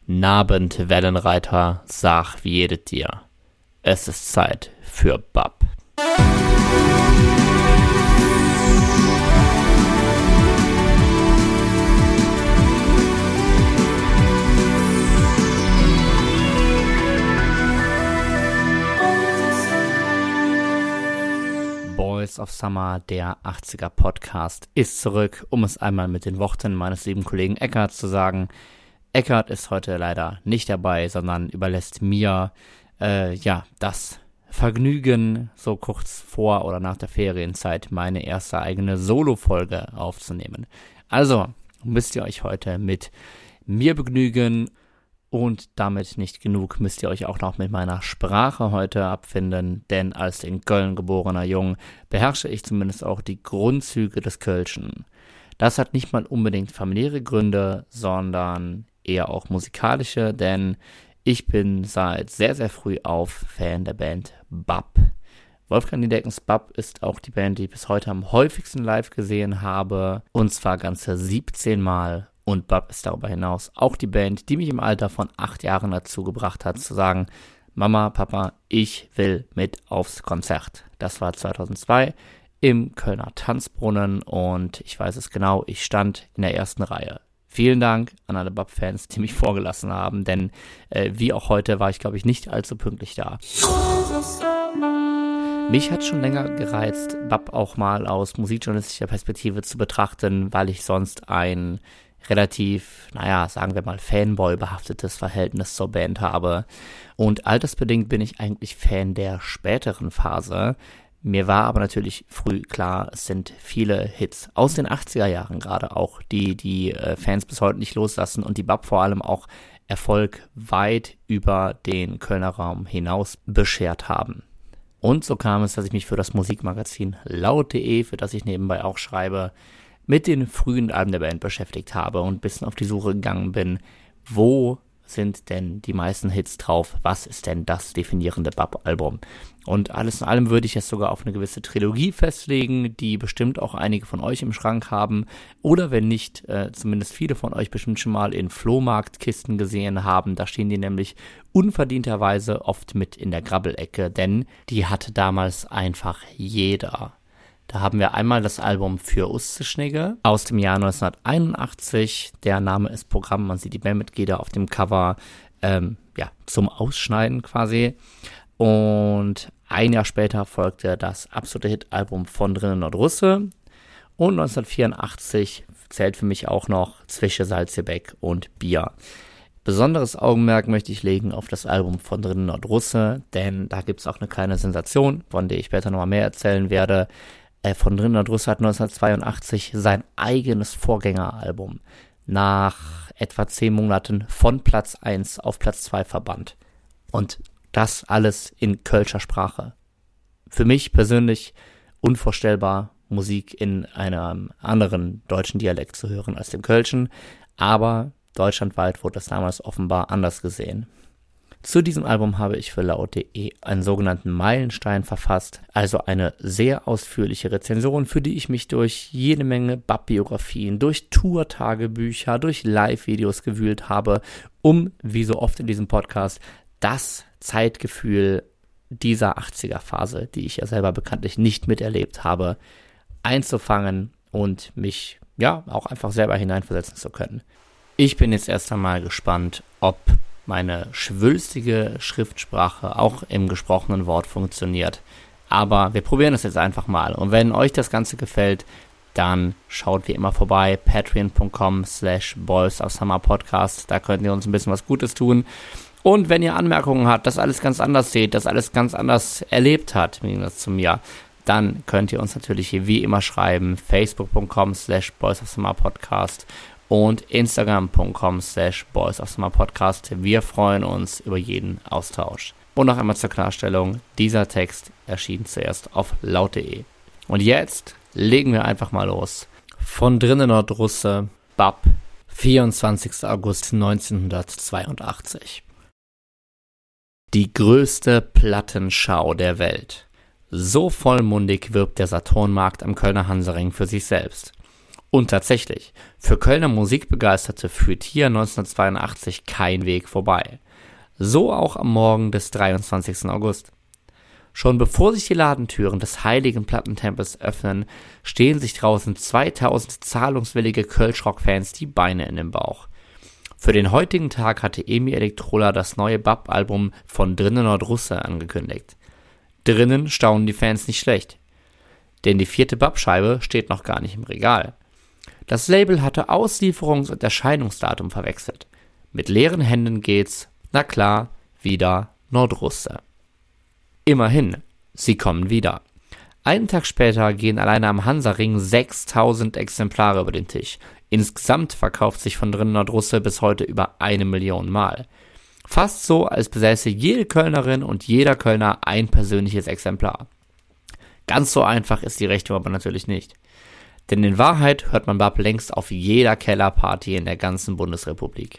Nabend, Wellenreiter, sag, wie jedes dir. Es ist Zeit für Bab. Boys of Summer, der 80er Podcast, ist zurück, um es einmal mit den Worten meines lieben Kollegen Eckart zu sagen. Eckart ist heute leider nicht dabei, sondern überlässt mir das Vergnügen, so kurz vor oder nach der Ferienzeit meine erste eigene Solo-Folge aufzunehmen. Also müsst ihr euch heute mit mir begnügen und damit nicht genug, müsst ihr euch auch noch mit meiner Sprache heute abfinden, denn als in Köln geborener Jung beherrsche ich zumindest auch die Grundzüge des Kölschen. Das hat nicht mal unbedingt familiäre Gründe, sondern eher auch musikalische, denn ich bin seit sehr, sehr früh auf Fan der Band Bab. Wolfgang Niedeckens Bab ist auch die Band, die ich bis heute am häufigsten live gesehen habe, und zwar ganze 17 Mal. Und Bab ist darüber hinaus auch die Band, die mich im Alter von 8 Jahren dazu gebracht hat, zu sagen, Mama, Papa, ich will mit aufs Konzert. Das war 2002 im Kölner Tanzbrunnen und ich weiß es genau, ich stand in der ersten Reihe. Vielen Dank an alle Bab-Fans, die mich vorgelassen haben, denn wie auch heute war ich, glaube ich, nicht allzu pünktlich da. Mich hat schon länger gereizt, Bab auch mal aus musikjournalistischer Perspektive zu betrachten, weil ich sonst ein relativ, sagen wir mal, Fanboy-behaftetes Verhältnis zur Band habe. Und altersbedingt bin ich eigentlich Fan der späteren Phase. Mir war aber natürlich früh klar, es sind viele Hits aus den 80er Jahren gerade auch, die Fans bis heute nicht loslassen und die Bab vor allem auch Erfolg weit über den Kölner Raum hinaus beschert haben. Und so kam es, dass ich mich für das Musikmagazin laut.de, für das ich nebenbei auch schreibe, mit den frühen Alben der Band beschäftigt habe und ein bisschen auf die Suche gegangen bin, wo sind denn die meisten Hits drauf? Was ist denn das definierende Bab-Album? Und alles in allem würde ich es sogar auf eine gewisse Trilogie festlegen, die bestimmt auch einige von euch im Schrank haben. Oder wenn nicht, zumindest viele von euch bestimmt schon mal in Flohmarktkisten gesehen haben. Da stehen die nämlich unverdienterweise oft mit in der Grabbelecke, denn die hatte damals einfach jeder. Da haben wir einmal das Album Für Uste-Schnegge aus dem Jahr 1981. Der Name ist Programm, man sieht die Bandmitglieder auf dem Cover, zum Ausschneiden quasi. Und ein Jahr später folgte das absolute Hit-Album Von drinnen Nordrusse. Und 1984 zählt für mich auch noch Zwischen Salzgebäck und Bier. Besonderes Augenmerk möchte ich legen auf das Album Von drinnen Nordrusse, denn da gibt es auch eine kleine Sensation, von der ich später nochmal mehr erzählen werde. Von drinnen Nordrusse hat 1982 sein eigenes Vorgängeralbum nach etwa 10 Monaten von Platz 1 auf Platz 2 verbannt. Und das alles in Kölscher Sprache. Für mich persönlich unvorstellbar, Musik in einem anderen deutschen Dialekt zu hören als dem Kölschen, aber deutschlandweit wurde das damals offenbar anders gesehen. Zu diesem Album habe ich für laut.de einen sogenannten Meilenstein verfasst, also eine sehr ausführliche Rezension, für die ich mich durch jede Menge Bab-Biografien, durch Tour-Tagebücher, durch Live-Videos gewühlt habe, um, wie so oft in diesem Podcast, das Zeitgefühl dieser 80er-Phase, die ich ja selber bekanntlich nicht miterlebt habe, einzufangen und mich auch einfach selber hineinversetzen zu können. Ich bin jetzt erst einmal gespannt, ob meine schwülstige Schriftsprache auch im gesprochenen Wort funktioniert. Aber wir probieren es jetzt einfach mal. Und wenn euch das Ganze gefällt, dann schaut wie immer vorbei, patreon.com/boysofsummerpodcast. Da könnt ihr uns ein bisschen was Gutes tun. Und wenn ihr Anmerkungen habt, das alles ganz anders seht, das alles ganz anders erlebt hat, im Gegensatz zu mir, dann könnt ihr uns natürlich wie immer schreiben, facebook.com/boysofsummerpodcast und instagram.com/boysofsummerpodcast. Wir freuen uns über jeden Austausch. Und noch einmal zur Klarstellung, dieser Text erschien zuerst auf laut.de. Und jetzt legen wir einfach mal los. Von drinnen Nordrusse, Bab, 24. August 1982. Die größte Plattenschau der Welt. So vollmundig wirbt der Saturnmarkt am Kölner Hansaring für sich selbst. Und tatsächlich, für Kölner Musikbegeisterte führt hier 1982 kein Weg vorbei. So auch am Morgen des 23. August. Schon bevor sich die Ladentüren des heiligen Plattentempels öffnen, stehen sich draußen 2000 zahlungswillige Kölsch-Rock-Fans die Beine in den Bauch. Für den heutigen Tag hatte Emi Elektrola das neue Bap-Album von Drinnen Nordrusse angekündigt. Drinnen staunen die Fans nicht schlecht, denn die 4. Bap-Scheibe steht noch gar nicht im Regal. Das Label hatte Auslieferungs- und Erscheinungsdatum verwechselt. Mit leeren Händen geht's, na klar, wieder Nordrusse. Immerhin, sie kommen wieder. Einen Tag später gehen alleine am Hansaring 6000 Exemplare über den Tisch. Insgesamt verkauft sich von Drinnen Nordrusse bis heute über 1 Million Mal. Fast so, als besäße jede Kölnerin und jeder Kölner ein persönliches Exemplar. Ganz so einfach ist die Rechnung aber natürlich nicht. Denn in Wahrheit hört man Bap längst auf jeder Kellerparty in der ganzen Bundesrepublik.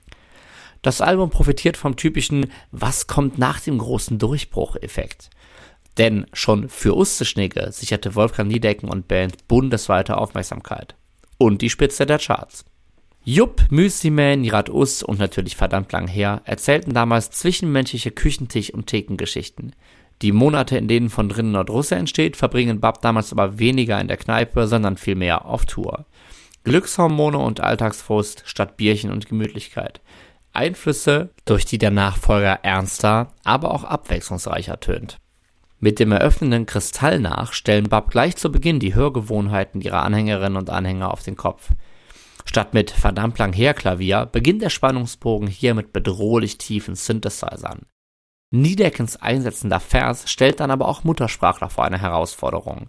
Das Album profitiert vom typischen „Was kommt nach dem großen Durchbruch"-Effekt. Denn schon für Uste-Schnigge sicherte Wolfgang Niedecken und Band bundesweite Aufmerksamkeit. Und die Spitze der Charts. Jupp, Müsli-Man, Nirat Us und natürlich verdammt lang her erzählten damals zwischenmenschliche Küchentisch- und Thekengeschichten. Die Monate, in denen von Drinnen Nordrusse entsteht, verbringen Bap damals aber weniger in der Kneipe, sondern vielmehr auf Tour. Glückshormone und Alltagsfrust statt Bierchen und Gemütlichkeit. Einflüsse, durch die der Nachfolger ernster, aber auch abwechslungsreicher tönt. Mit dem eröffnenden Kristall nach stellen Bap gleich zu Beginn die Hörgewohnheiten ihrer Anhängerinnen und Anhänger auf den Kopf. Statt mit verdammt lang her Klavier beginnt der Spannungsbogen hier mit bedrohlich tiefen Synthesizern. Niedeckens einsetzender Vers stellt dann aber auch Muttersprachler vor eine Herausforderung.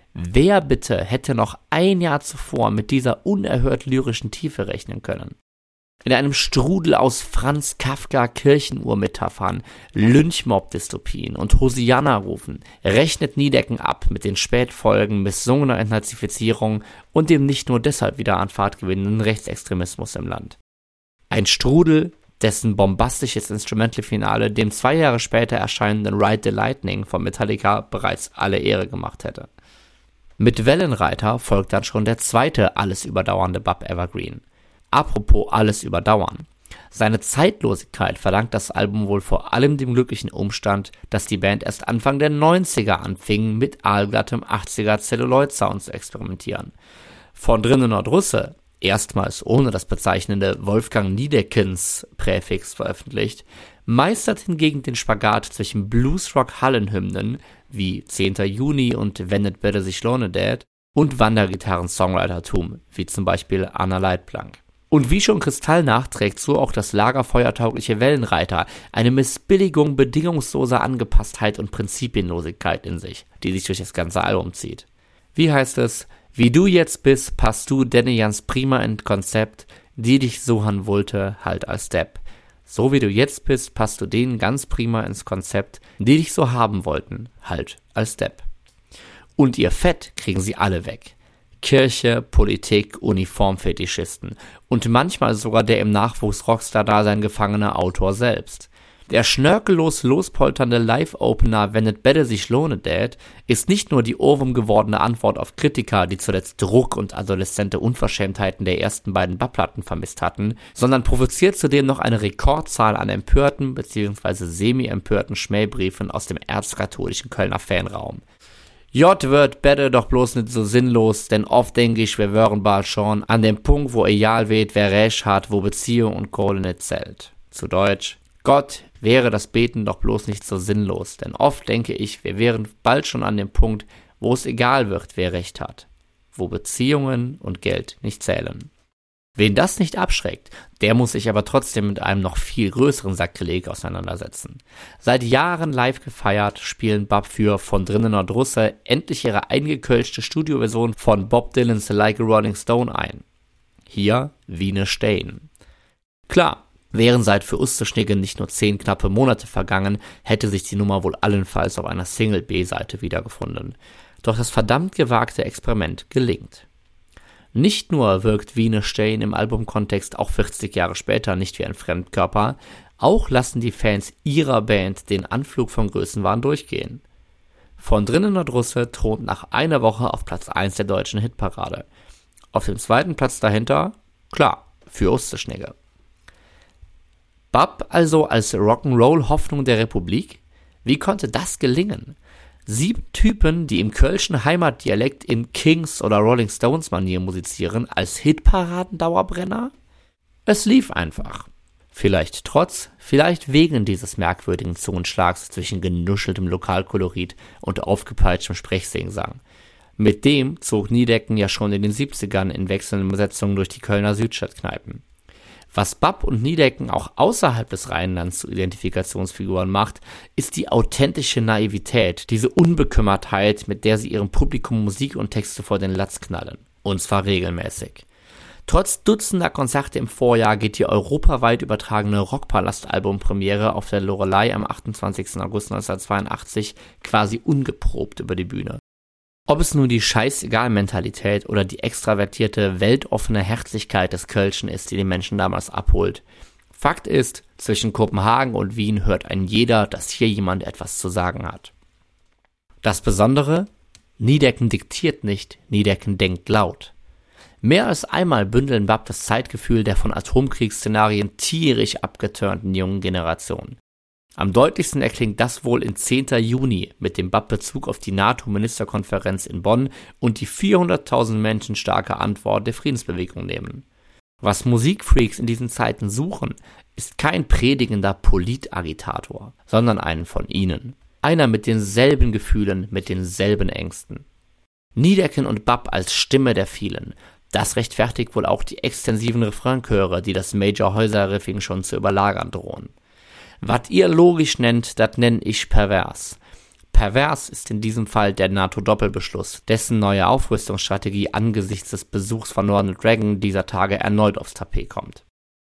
Wer bitte hätte noch ein Jahr zuvor mit dieser unerhört lyrischen Tiefe rechnen können? In einem Strudel aus Franz Kafka Kirchenuhr-Metaphern, Lynchmob-Dystopien und Hosianna-Rufen rechnet Niedecken ab mit den Spätfolgen missungener Entnazifizierung und dem nicht nur deshalb wieder an Fahrt gewinnenden Rechtsextremismus im Land. Ein Strudel, dessen bombastisches Instrumental-Finale dem 2 Jahre später erscheinenden Ride the Lightning von Metallica bereits alle Ehre gemacht hätte. Mit Wellenreiter folgt dann schon der zweite alles überdauernde Bap-Evergreen. Apropos alles überdauern. Seine Zeitlosigkeit verdankt das Album wohl vor allem dem glücklichen Umstand, dass die Band erst Anfang der 90er anfing, mit aalglattem 80er Celluloid-Sound zu experimentieren. Von Drinnen Nordrusse, erstmals ohne das bezeichnende Wolfgang Niedeckens Präfix veröffentlicht, meistert hingegen den Spagat zwischen Bluesrock-Hallenhymnen wie 10. Juni und Wenn et Better sich lohne Dad und Wandergitarren-Songwritertum wie zum Beispiel Anna Leitplank. Und wie schon Kristall nachträgt, so auch das lagerfeuertaugliche Wellenreiter, eine Missbilligung bedingungsloser Angepasstheit und Prinzipienlosigkeit in sich, die sich durch das ganze Album zieht. Wie heißt es? Wie du jetzt bist, passt du denne ganz prima in Konzept, die dich so han wollte, halt als Depp. So wie du jetzt bist, passt du denen ganz prima ins Konzept, die dich so haben wollten, halt als Depp. Und ihr Fett kriegen sie alle weg. Kirche, Politik, Uniformfetischisten und manchmal sogar der im Nachwuchs-Rockstar-Dasein gefangene Autor selbst. Der schnörkellos lospolternde Live-Opener Wenn et Bedde sich lohne Dad ist nicht nur die Ohrwurm gewordene Antwort auf Kritiker, die zuletzt Druck und adoleszente Unverschämtheiten der ersten beiden Bap-Platten vermisst hatten, sondern provoziert zudem noch eine Rekordzahl an empörten bzw. semi-empörten Schmähbriefen aus dem erzkatholischen Kölner Fanraum. J wird Bedde doch bloß nicht so sinnlos, denn oft denke ich, wir wären bald schon an dem Punkt, wo egal weht, wer Recht hat, wo Beziehung und Kohle nicht zählt. Zu Deutsch: Gott, wäre das Beten doch bloß nicht so sinnlos, denn oft denke ich, wir wären bald schon an dem Punkt, wo es egal wird, wer Recht hat, wo Beziehungen und Geld nicht zählen. Wen das nicht abschreckt, der muss sich aber trotzdem mit einem noch viel größeren Sakrileg auseinandersetzen. Seit Jahren live gefeiert, spielen Bap für Von Drinnen Nordrusse endlich ihre eingekölschte Studioversion von Bob Dylans Like a Rolling Stone ein. Hier Wiene Stein. Klar, wären seit für Uste-Schnigge nicht nur 10 knappe Monate vergangen, hätte sich die Nummer wohl allenfalls auf einer Single-B-Seite wiedergefunden. Doch das verdammt gewagte Experiment gelingt. Nicht nur wirkt Wiene Stein im Albumkontext auch 40 Jahre später nicht wie ein Fremdkörper, auch lassen die Fans ihrer Band den Anflug von Größenwahn durchgehen. Von Drinnen Nordrusse thront nach einer Woche auf Platz 1 der deutschen Hitparade. Auf dem zweiten Platz dahinter, klar, Fürste Schnegge. Bab also als Rock'n'Roll-Hoffnung der Republik? Wie konnte das gelingen? 7 Typen, die im kölschen Heimatdialekt in Kings- oder Rolling Stones-Manier musizieren, als Hitparadendauerbrenner? Es lief einfach. Vielleicht trotz, vielleicht wegen dieses merkwürdigen Zungenschlags zwischen genuscheltem Lokalkolorit und aufgepeitschtem Sprechsingsang. Mit dem zog Niedecken ja schon in den 70ern in wechselnden Besetzungen durch die Kölner Südstadtkneipen. Was Bab und Niedecken auch außerhalb des Rheinlands zu Identifikationsfiguren macht, ist die authentische Naivität, diese Unbekümmertheit, mit der sie ihrem Publikum Musik und Texte vor den Latz knallen. Und zwar regelmäßig. Trotz dutzender Konzerte im Vorjahr geht die europaweit übertragene Rockpalast-Albumpremiere auf der Loreley am 28. August 1982 quasi ungeprobt über die Bühne. Ob es nun die Scheißegal-Mentalität oder die extravertierte, weltoffene Herzlichkeit des Kölschen ist, die den Menschen damals abholt. Fakt ist, zwischen Kopenhagen und Wien hört ein jeder, dass hier jemand etwas zu sagen hat. Das Besondere? Niedecken diktiert nicht, Niedecken denkt laut. Mehr als einmal bündeln Bab das Zeitgefühl der von Atomkriegsszenarien tierisch abgeturnten jungen Generation. Am deutlichsten erklingt das wohl in 10. Juni mit dem Bab-Bezug auf die NATO-Ministerkonferenz in Bonn und die 400.000 Menschen starke Antwort der Friedensbewegung nehmen. Was Musikfreaks in diesen Zeiten suchen, ist kein predigender Politagitator, sondern einen von ihnen. Einer mit denselben Gefühlen, mit denselben Ängsten. Niedecken und Bab als Stimme der vielen. Das rechtfertigt wohl auch die extensiven Refrainchöre, die das Major-Häuser-Riffing schon zu überlagern drohen. Was ihr logisch nennt, das nenn ich pervers. Pervers ist in diesem Fall der NATO-Doppelbeschluss, dessen neue Aufrüstungsstrategie angesichts des Besuchs von Ronald Reagan dieser Tage erneut aufs Tapet kommt.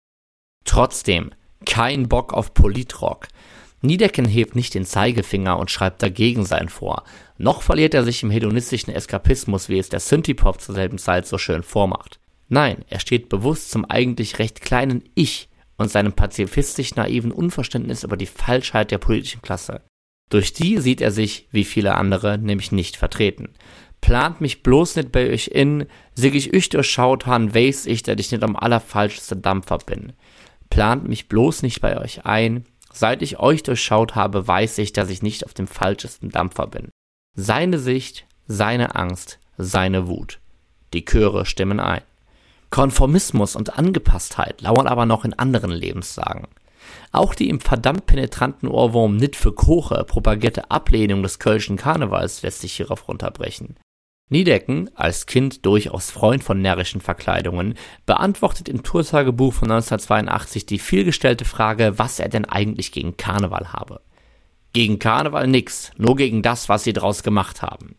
Trotzdem, kein Bock auf Politrock. Niedecken hebt nicht den Zeigefinger und schreibt dagegen sein vor. Noch verliert er sich im hedonistischen Eskapismus, wie es der Synthie-Pop zur selben Zeit so schön vormacht. Nein, er steht bewusst zum eigentlich recht kleinen Ich und seinem pazifistisch naiven Unverständnis über die Falschheit der politischen Klasse. Durch die sieht er sich, wie viele andere, nämlich nicht vertreten. Plant mich bloß nicht bei euch in, sig ich euch durchschaut han, weiß ich, dass ich nicht am allerfalscheste Dampfer bin. Plant mich bloß nicht bei euch ein, seit ich euch durchschaut habe, weiß ich, dass ich nicht auf dem falschesten Dampfer bin. Seine Sicht, seine Angst, seine Wut. Die Chöre stimmen ein. Konformismus und Angepasstheit lauern aber noch in anderen Lebenslagen. Auch die im verdammt penetranten Ohrwurm Nit für Koche propagierte Ablehnung des kölschen Karnevals lässt sich hierauf runterbrechen. Niedecken, als Kind durchaus Freund von närrischen Verkleidungen, beantwortet im Tourtagebuch von 1982 die vielgestellte Frage, was er denn eigentlich gegen Karneval habe. Gegen Karneval nix, nur gegen das, was sie draus gemacht haben.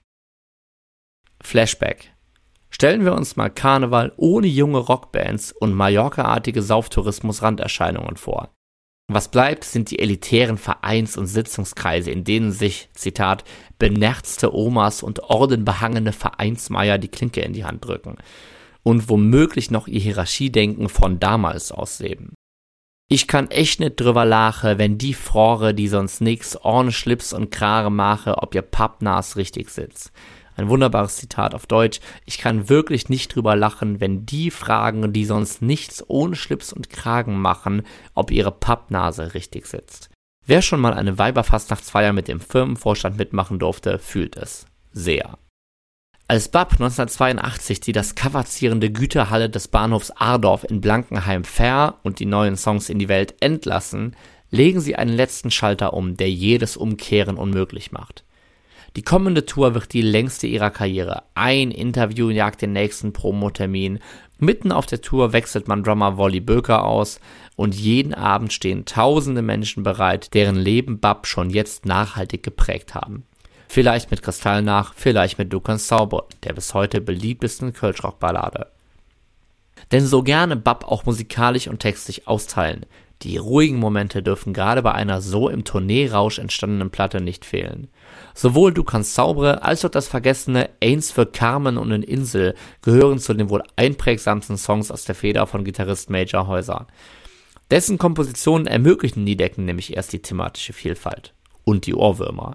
Flashback. Stellen wir uns mal Karneval ohne junge Rockbands und Mallorca-artige Sauftourismus-Randerscheinungen vor. Was bleibt, sind die elitären Vereins- und Sitzungskreise, in denen sich, Zitat, benerzte Omas und ordenbehangene Vereinsmeier die Klinke in die Hand drücken und womöglich noch ihr Hierarchiedenken von damals ausleben. Ich kann echt nicht drüber lachen, wenn die Frore, die sonst nix, ohne Schlips und Krare mache, ob ihr Pappnas richtig sitzt. Ein wunderbares Zitat auf Deutsch. Ich kann wirklich nicht drüber lachen, wenn die fragen, die sonst nichts ohne Schlips und Kragen machen, ob ihre Pappnase richtig sitzt. Wer schon mal eine Weiberfastnachtsfeier mit dem Firmenvorstand mitmachen durfte, fühlt es. Sehr. Als Bab 1982 die das coverzierende Güterhalle des Bahnhofs Ardorf in Blankenheim fair und die neuen Songs in die Welt entlassen, legen sie einen letzten Schalter um, der jedes Umkehren unmöglich macht. Die kommende Tour wird die längste ihrer Karriere. Ein Interview jagt den nächsten Promotermin. Mitten auf der Tour wechselt man Drummer Wolli Böker aus und jeden Abend stehen tausende Menschen bereit, deren Leben Bab schon jetzt nachhaltig geprägt haben. Vielleicht mit Kristallnach, vielleicht mit Du kannst zaubern, der bis heute beliebtesten Kölschrock-Ballade. Denn so gerne Bab auch musikalisch und textlich austeilen, die ruhigen Momente dürfen gerade bei einer so im Tourneerausch entstandenen Platte nicht fehlen. Sowohl Du kannst zaubere als auch das vergessene Eins für Carmen und eine Insel gehören zu den wohl einprägsamsten Songs aus der Feder von Gitarrist Major Häuser. Dessen Kompositionen ermöglichen Niedecken nämlich erst die thematische Vielfalt und die Ohrwürmer.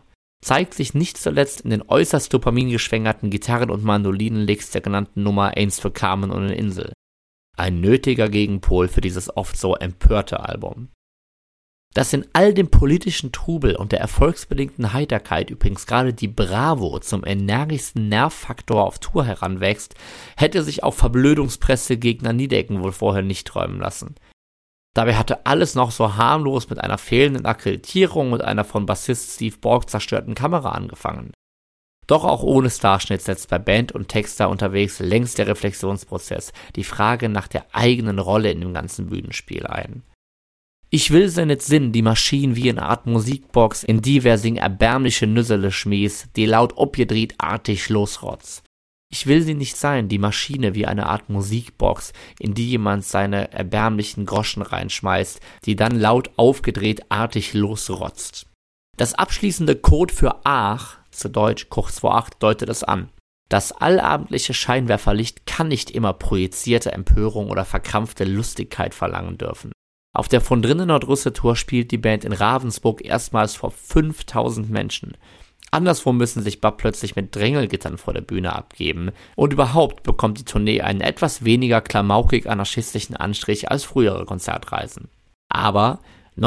zeigt sich nicht zuletzt in den äußerst dopamingeschwängerten Gitarren- und Mandolinen-Licks der genannten Nummer Eins für Carmen und eine Insel. Ein nötiger Gegenpol für dieses oft so empörte Album. Dass in all dem politischen Trubel und der erfolgsbedingten Heiterkeit übrigens gerade die Bravo zum energischsten Nervfaktor auf Tour heranwächst, hätte sich auch Verblödungspresse-Gegner Niedecken wohl vorher nicht träumen lassen. Dabei hatte alles noch so harmlos mit einer fehlenden Akkreditierung und einer von Bassist Steve Borg zerstörten Kamera angefangen. Doch auch ohne Starschnitt setzt bei Band und Texter unterwegs längst der Reflexionsprozess, die Frage nach der eigenen Rolle in dem ganzen Bühnenspiel ein. Ich will se net sinn, die Maschinen wie eine Art Musikbox, in die wer sing erbärmliche Nüssele schmies, die laut obgedreht artig losrotz. Ich will sie nicht sein, die Maschine wie eine Art Musikbox, in die jemand seine erbärmlichen Groschen reinschmeißt, die dann laut aufgedreht artig losrotzt. Das abschließende Code für Ach, zu Deutsch kurz vor 8, deutet es an. Das allabendliche Scheinwerferlicht kann nicht immer projizierte Empörung oder verkrampfte Lustigkeit verlangen dürfen. Auf der von drinnen Nordrusse-Tour spielt die Band in Ravensburg erstmals vor 5000 Menschen. Anderswo müssen sich BAP plötzlich mit Drängelgittern vor der Bühne abgeben und überhaupt bekommt die Tournee einen etwas weniger klamaukig-anarchistischen Anstrich als frühere Konzertreisen. Aber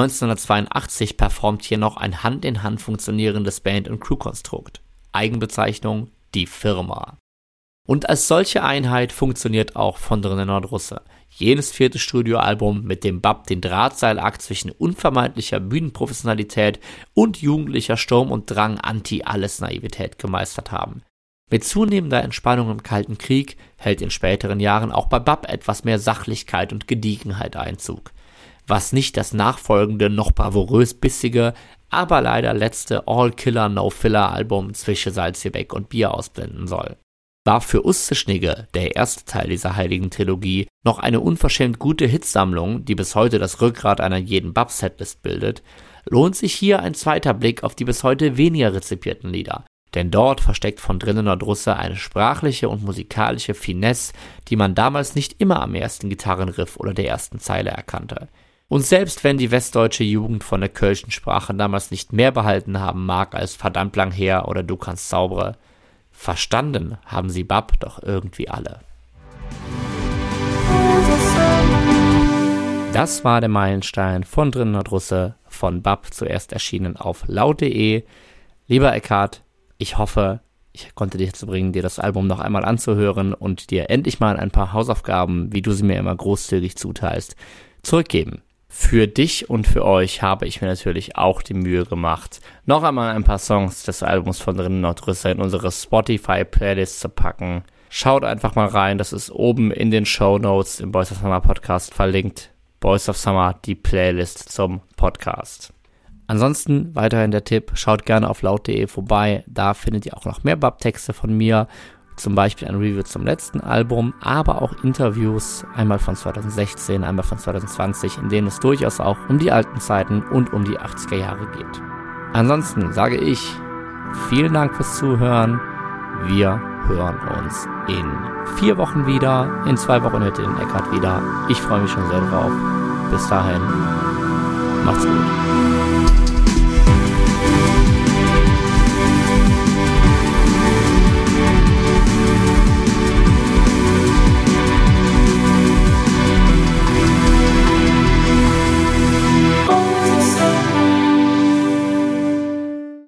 1982 performt hier noch ein Hand in Hand funktionierendes Band- und Crewkonstrukt. Eigenbezeichnung: die Firma. Und als solche Einheit funktioniert auch von drinnen Nordrusse. Jenes 4. Studioalbum, mit dem BAP den Drahtseilakt zwischen unvermeidlicher Bühnenprofessionalität und jugendlicher Sturm und Drang Anti-Alles-Naivität gemeistert haben. Mit zunehmender Entspannung im Kalten Krieg hält in späteren Jahren auch bei BAP etwas mehr Sachlichkeit und Gediegenheit Einzug. Was nicht das nachfolgende, noch bravourös bissige, aber leider letzte All-Killer-No-Filler-Album zwischen Salzgepäck und Bier ausblenden soll. War für Usse Schnigge, der erste Teil dieser heiligen Trilogie, noch eine unverschämt gute Hitsammlung, die bis heute das Rückgrat einer jeden BAP-Setlist bildet, lohnt sich hier ein zweiter Blick auf die bis heute weniger rezipierten Lieder. Denn dort versteckt von drinnen Nordrusse eine sprachliche und musikalische Finesse, die man damals nicht immer am ersten Gitarrenriff oder der ersten Zeile erkannte. Und selbst wenn die westdeutsche Jugend von der kölschen Sprache damals nicht mehr behalten haben mag als verdammt lang her oder du kannst zaubere, verstanden haben sie BAP doch irgendwie alle. Das war der Meilenstein von drinnen Nordrusse von BAP, zuerst erschienen auf laut.de. Lieber Eckhard, ich hoffe, ich konnte dich dazu bringen, dir das Album noch einmal anzuhören und dir endlich mal ein paar Hausaufgaben, wie du sie mir immer großzügig zuteilst, zurückgeben. Für dich und für euch habe ich mir natürlich auch die Mühe gemacht, noch einmal ein paar Songs des Albums von drinnen Nordrusse in unsere Spotify-Playlist zu packen. Schaut einfach mal rein, das ist oben in den Shownotes im Boys of Summer Podcast verlinkt. Boys of Summer, die Playlist zum Podcast. Ansonsten weiterhin der Tipp, schaut gerne auf laut.de vorbei, da findet ihr auch noch mehr BAP-Texte von mir, zum Beispiel ein Review zum letzten Album, aber auch Interviews, einmal von 2016, einmal von 2020, in denen es durchaus auch um die alten Zeiten und um die 80er Jahre geht. Ansonsten sage ich vielen Dank fürs Zuhören. Wir hören uns in 4 Wochen wieder. In 2 Wochen hört ihr den Eckhard wieder. Ich freue mich schon sehr drauf. Bis dahin, macht's gut.